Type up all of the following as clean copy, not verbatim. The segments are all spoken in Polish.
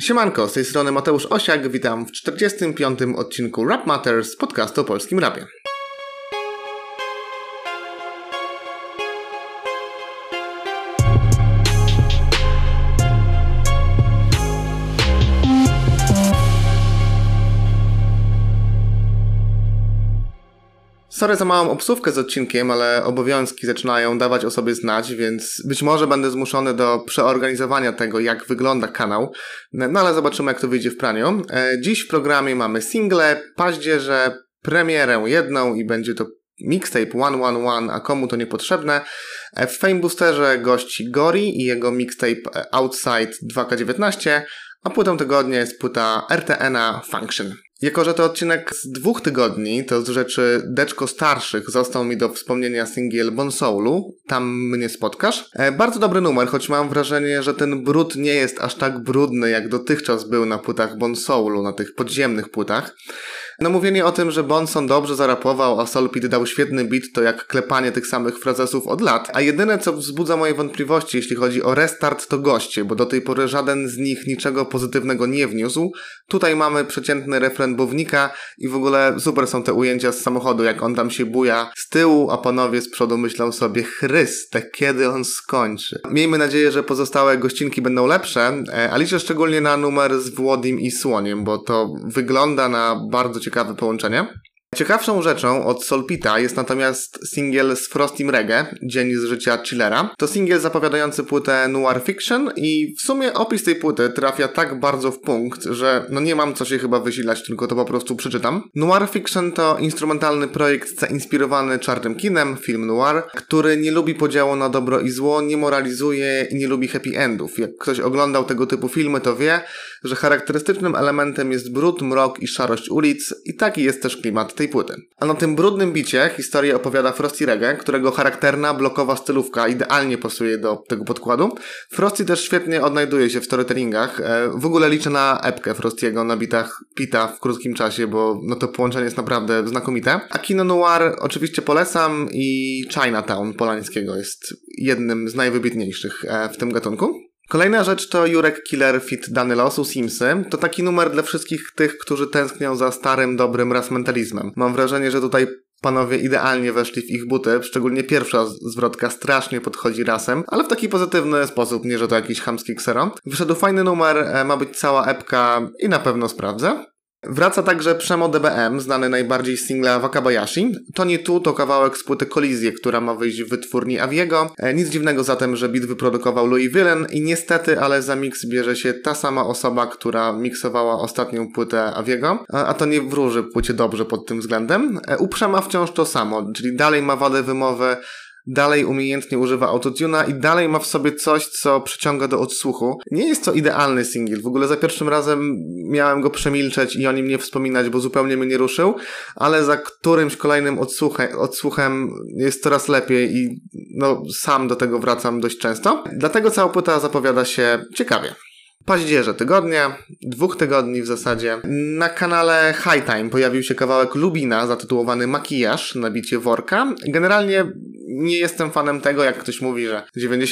Siemanko, z tej strony Mateusz Osiak, witam w 45. odcinku Rap Matters, podcastu o polskim rapie. Sorry za małą obsówkę z odcinkiem, ale obowiązki zaczynają dawać o sobie znać, więc być może będę zmuszony do przeorganizowania tego, jak wygląda kanał, no ale zobaczymy, jak to wyjdzie w praniu. Dziś w programie mamy single, paździerze, premierę jedną i będzie to mixtape 111, a komu to niepotrzebne. W Fame Boosterze gości Gori i jego mixtape Outside 2K19, a płytą tygodnia jest płyta RTN-a Function. Jako że to odcinek z 2 tygodni, to z rzeczy deczko starszych został mi do wspomnienia singiel Bon Soulu, Tam mnie spotkasz. Bardzo dobry numer, choć mam wrażenie, że ten brud nie jest aż tak brudny, jak dotychczas był na płytach Bon Soulu, na tych podziemnych płytach. No mówienie o tym, że Bonson dobrze zarapował, a Soulpit dał świetny beat, to jak klepanie tych samych frazesów od lat. A jedyne, co wzbudza moje wątpliwości, jeśli chodzi o restart, to goście, bo do tej pory żaden z nich niczego pozytywnego nie wniósł. Tutaj mamy przeciętny refren Bownika i w ogóle super są te ujęcia z samochodu, jak on tam się buja z tyłu, a panowie z przodu myślą sobie, Chryste, kiedy on skończy. Miejmy nadzieję, że pozostałe gościnki będą lepsze, a liczę szczególnie na numer z Włodim i Słoniem, bo to wygląda na bardzo ciekawe połączenie. Ciekawszą rzeczą od Soulpita jest natomiast singiel z Frostym Reggae, Dzień z życia chillera. To singiel zapowiadający płytę Noir Fiction i w sumie opis tej płyty trafia tak bardzo w punkt, że nie mam co się chyba wysilać, tylko to po prostu przeczytam. Noir Fiction to instrumentalny projekt zainspirowany czarnym kinem, film noir, który nie lubi podziału na dobro i zło, nie moralizuje i nie lubi happy endów. Jak ktoś oglądał tego typu filmy, to wie, że charakterystycznym elementem jest brud, mrok i szarość ulic i taki jest też klimat tej płyty. A na tym brudnym bicie historię opowiada Frosty Reggae, którego charakterna, blokowa stylówka idealnie pasuje do tego podkładu. Frosty też świetnie odnajduje się w storytellingach. W ogóle liczę na epkę Frostiego na bitach Pita w krótkim czasie, bo to połączenie jest naprawdę znakomite. A kino noir oczywiście polecam i Chinatown Polańskiego jest jednym z najwybitniejszych w tym gatunku. Kolejna rzecz to Jurek Killer feat. Dany Losu Simsy. To taki numer dla wszystkich tych, którzy tęsknią za starym, dobrym rasmentalizmem. Mam wrażenie, że tutaj panowie idealnie weszli w ich buty, szczególnie pierwsza zwrotka strasznie podchodzi rasem, ale w taki pozytywny sposób, nie że to jakiś chamski ksero. Wyszedł fajny numer, ma być cała epka i na pewno sprawdzę. Wraca także Przemo DBM, znany najbardziej z singla Wakabayashi. To nie tu, to kawałek z płyty Kolizję, która ma wyjść w wytwórni Aviego. Nic dziwnego zatem, że beat wyprodukował Louis Villain i niestety, ale za mix bierze się ta sama osoba, która miksowała ostatnią płytę Aviego, a to nie wróży płycie dobrze pod tym względem. U Przema wciąż to samo, czyli dalej ma wadę wymowy, dalej umiejętnie używa autotuna i dalej ma w sobie coś, co przyciąga do odsłuchu. Nie jest to idealny singiel. W ogóle za pierwszym razem miałem go przemilczeć i o nim nie wspominać, bo zupełnie mnie nie ruszył, ale za którymś kolejnym odsłuchem jest coraz lepiej i sam do tego wracam dość często. Dlatego cała płyta zapowiada się ciekawie. Paździerze tygodnia, 2 tygodni w zasadzie. Na kanale High Time pojawił się kawałek Lubina zatytułowany Makijaż na bicie Worka. Generalnie nie jestem fanem tego, jak ktoś mówi, że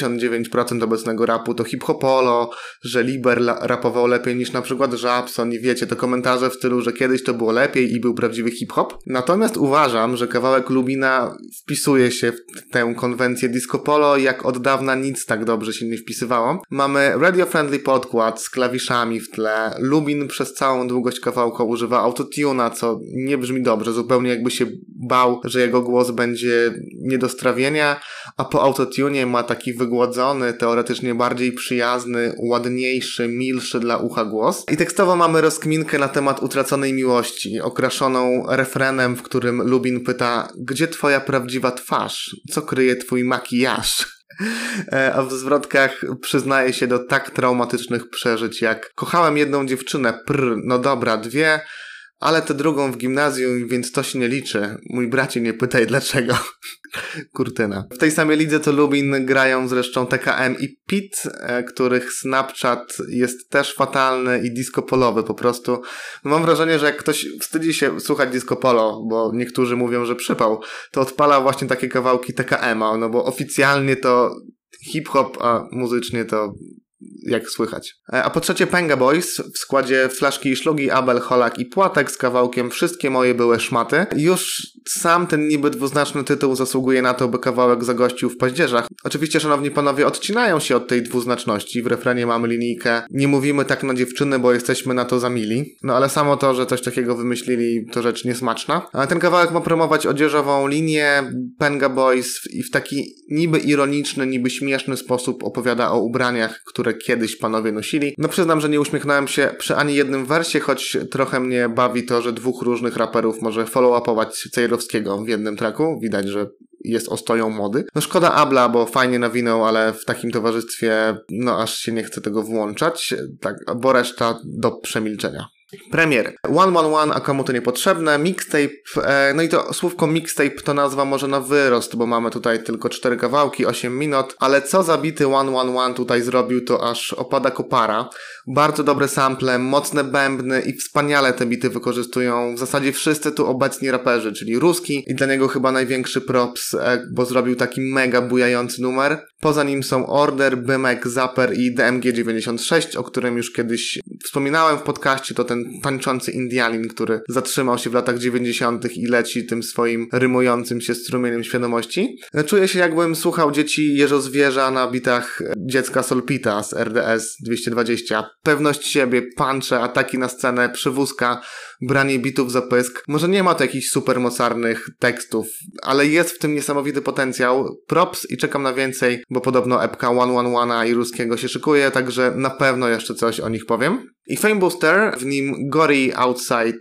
99% obecnego rapu to hip-hopolo, że Liber rapował lepiej niż na przykład Żabson i wiecie, to komentarze w stylu, że kiedyś to było lepiej i był prawdziwy hip-hop. Natomiast uważam, że kawałek Lubina wpisuje się w tę konwencję disco polo, jak od dawna nic tak dobrze się nie wpisywało. Mamy radio-friendly podkład z klawiszami w tle. Lubin przez całą długość kawałka używa autotuna, co nie brzmi dobrze, zupełnie jakby się bał, że jego głos będzie nie do strawienia, a po autotunie ma taki wygłodzony, teoretycznie bardziej przyjazny, ładniejszy, milszy dla ucha głos. I tekstowo mamy rozkminkę na temat utraconej miłości, okraszoną refrenem, w którym Lubin pyta, gdzie twoja prawdziwa twarz? Co kryje twój makijaż? A w zwrotkach przyznaje się do tak traumatycznych przeżyć jak kochałem jedną dziewczynę, no dobra, 2, ale tę drugą w gimnazjum, więc to się nie liczy. Mój bracie, nie pytaj dlaczego. Kurtyna. W tej samej lidze to Lubin grają zresztą TKM i Pit, których Snapchat jest też fatalny i disco polowy po prostu. Mam wrażenie, że jak ktoś wstydzi się słuchać disco polo, bo niektórzy mówią, że przypał, to odpala właśnie takie kawałki TKM-a, bo oficjalnie to hip-hop, a muzycznie to jak słychać. A po trzecie Panga Boys w składzie Flaszki i Szlugi, Abel, Holak i Płatek z kawałkiem Wszystkie moje były szmaty. Już sam ten niby dwuznaczny tytuł zasługuje na to, by kawałek zagościł w paździerzach. Oczywiście, szanowni panowie, odcinają się od tej dwuznaczności. W refrenie mamy linijkę: nie mówimy tak na dziewczyny, bo jesteśmy na to za mili. No ale samo to, że coś takiego wymyślili, to rzecz niesmaczna. A ten kawałek ma promować odzieżową linię Panga Boys i w taki niby ironiczny, niby śmieszny sposób opowiada o ubraniach, które kiedyś panowie nosili. No przyznam, że nie uśmiechnąłem się przy ani jednym wersie, choć trochę mnie bawi to, że dwóch różnych raperów może follow-upować Cejrowskiego w jednym tracku. Widać, że jest ostoją mody. No szkoda Abla, bo fajnie nawinął, ale w takim towarzystwie no aż się nie chce tego włączać. Tak, bo reszta do przemilczenia. Premiery. 111, a komu to niepotrzebne. Mixtape, no i to słówko mixtape to nazwa może na wyrost, bo mamy tutaj tylko 4 kawałki, 8 minut, ale co zabity 111 tutaj zrobił, to aż opada kopara. Bardzo dobre sample, mocne bębny i wspaniale te bity wykorzystują w zasadzie wszyscy tu obecni raperzy, czyli Ruski i dla niego chyba największy props, bo zrobił taki mega bujający numer. Poza nim są Order, Bymek, Zapper i DMG96, o którym już kiedyś wspominałem w podcaście. To ten tańczący Indianin, który zatrzymał się w latach 90. i leci tym swoim rymującym się strumieniem świadomości. Czuję się, jakbym słuchał dzieci Jeżo Zwierza na bitach dziecka Solpita z RDS 220. Pewność siebie, punche, ataki na scenę, przywózka, branie bitów za pysk. Może nie ma to jakichś super mocarnych tekstów, ale jest w tym niesamowity potencjał. Props i czekam na więcej, bo podobno epka 111 i Ruskiego się szykuje, także na pewno jeszcze coś o nich powiem. I Fame Booster, w nim Gory Outside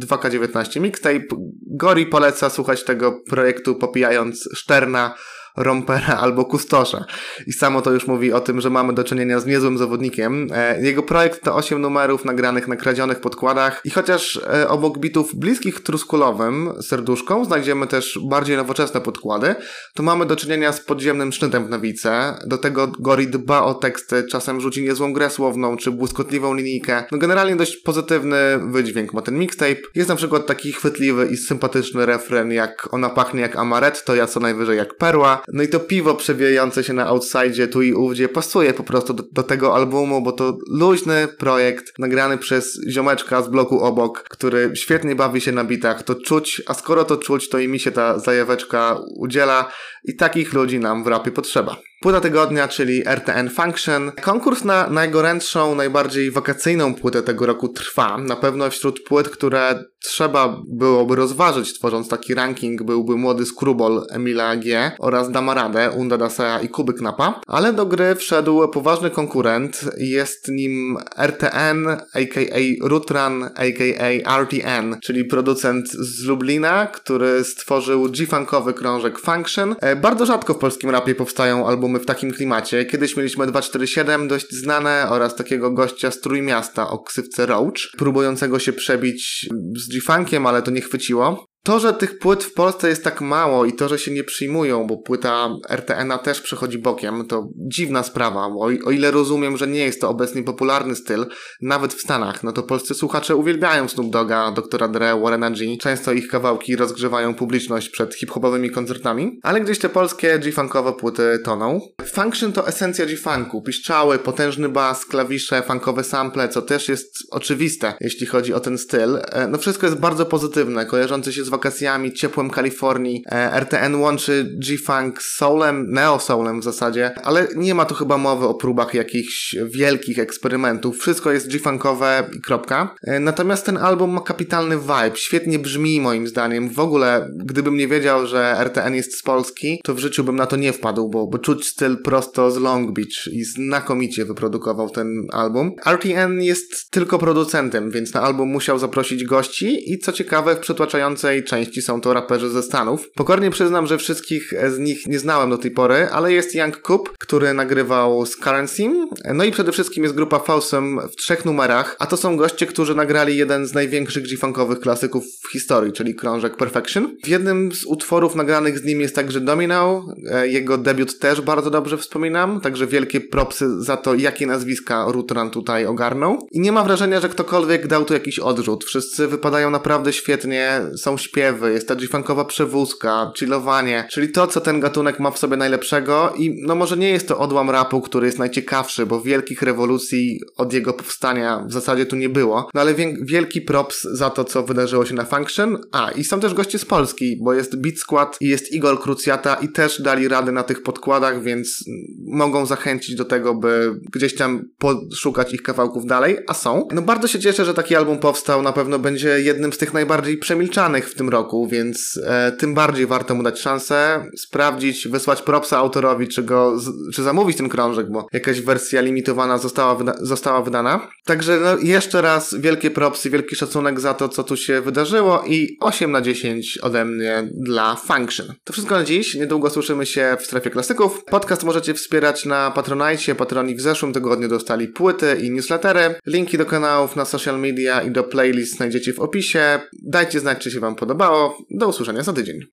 2K19 Mixtape. Gory poleca słuchać tego projektu popijając Szterna, Rompera albo Kustosza. I samo to już mówi o tym, że mamy do czynienia z niezłym zawodnikiem. Jego projekt to 8 numerów nagranych na kradzionych podkładach i chociaż obok bitów bliskich Truskulowym serduszką znajdziemy też bardziej nowoczesne podkłady, to mamy do czynienia z podziemnym sznytem w nawice. Do tego Gory dba o teksty, czasem rzuci niezłą grę słowną czy błyskotliwą linijkę. No generalnie dość pozytywny wydźwięk ma ten mixtape. Jest na przykład taki chwytliwy i sympatyczny refren jak ona pachnie jak amaretto, ja co najwyżej jak perła. No i to piwo przewijające się na outside tu i ówdzie pasuje po prostu do tego albumu, bo to luźny projekt nagrany przez ziomeczka z bloku obok, który świetnie bawi się na bitach. To czuć, a skoro to czuć, to i mi się ta zajaweczka udziela i takich ludzi nam w rapie potrzeba. Płyta tygodnia, czyli RTN Function. Konkurs na najgorętszą, najbardziej wakacyjną płytę tego roku trwa. Na pewno wśród płyt, które trzeba byłoby rozważyć, tworząc taki ranking, byłby Młody Skrubol Emila G. oraz Dama Radę, Unda Daseya i Kuby Knapa. Ale do gry wszedł poważny konkurent. Jest nim RTN, a.k.a. Rutran, a.k.a. RTN, czyli producent z Lublina, który stworzył G-funkowy krążek Function. Bardzo rzadko w polskim rapie powstają albumy w takim klimacie. Kiedyś mieliśmy 247, dość znane, oraz takiego gościa z Trójmiasta o ksywce Roach, próbującego się przebić z G-funkiem, ale to nie chwyciło. To, że tych płyt w Polsce jest tak mało i to, że się nie przyjmują, bo płyta RTN-a też przechodzi bokiem, to dziwna sprawa. O ile rozumiem, że nie jest to obecnie popularny styl, nawet w Stanach, no to polscy słuchacze uwielbiają Snoop Dogga, Dr. Dre, Warrena G. Często ich kawałki rozgrzewają publiczność przed hip-hopowymi koncertami, ale gdzieś te polskie G-funkowe płyty toną. Function to esencja G-funku. Piszczały, potężny bas, klawisze, funkowe sample, co też jest oczywiste, jeśli chodzi o ten styl. No wszystko jest bardzo pozytywne, kojarzące się z wakacjami, ciepłem Kalifornii. RTN łączy G-funk z soulem, neo-soulem w zasadzie, ale nie ma tu chyba mowy o próbach jakichś wielkich eksperymentów. Wszystko jest G-funkowe i kropka. Natomiast ten album ma kapitalny vibe, świetnie brzmi moim zdaniem. W ogóle, gdybym nie wiedział, że RTN jest z Polski, to w życiu bym na to nie wpadł, bo czuć styl prosto z Long Beach i znakomicie wyprodukował ten album. RTN jest tylko producentem, więc na album musiał zaprosić gości i co ciekawe, w przytłaczającej części są to raperzy ze Stanów. Pokornie przyznam, że wszystkich z nich nie znałem do tej pory, ale jest Young Coop, który nagrywał z Currency, no i przede wszystkim jest grupa Fawsum w 3 numerach, a to są goście, którzy nagrali jeden z największych G-funkowych klasyków w historii, czyli krążek Perfection. W jednym z utworów nagranych z nim jest także Domino, jego debiut też bardzo dobrze wspominam, także wielkie propsy za to, jakie nazwiska Rutran tutaj ogarnął. I nie ma wrażenia, że ktokolwiek dał tu jakiś odrzut. Wszyscy wypadają naprawdę świetnie, są śpiewy, jest ta dźwiękowa przewózka, chillowanie, czyli to, co ten gatunek ma w sobie najlepszego i no może nie jest to odłam rapu, który jest najciekawszy, bo wielkich rewolucji od jego powstania w zasadzie tu nie było, no ale wielki props za to, co wydarzyło się na Function. I są też goście z Polski, bo jest Beat Squad i jest Igor Krucjata i też dali radę na tych podkładach, więc mogą zachęcić do tego, by gdzieś tam poszukać ich kawałków dalej, a są. No bardzo się cieszę, że taki album powstał, na pewno będzie jednym z tych najbardziej przemilczanych w tym roku, więc tym bardziej warto mu dać szansę, sprawdzić, wysłać propsa autorowi, czy zamówić ten krążek, bo jakaś wersja limitowana została wydana. Także no, jeszcze raz wielkie propsy, wielki szacunek za to, co tu się wydarzyło i 8/10 ode mnie dla Function. To wszystko na dziś, niedługo słyszymy się w Strefie Klasyków. Podcast możecie wspierać na Patronite. Patroni w zeszłym tygodniu dostali płyty i newslettery. Linki do kanałów na social media i do playlist znajdziecie w opisie. Dajcie znać, czy się wam podobało. Do usłyszenia za tydzień.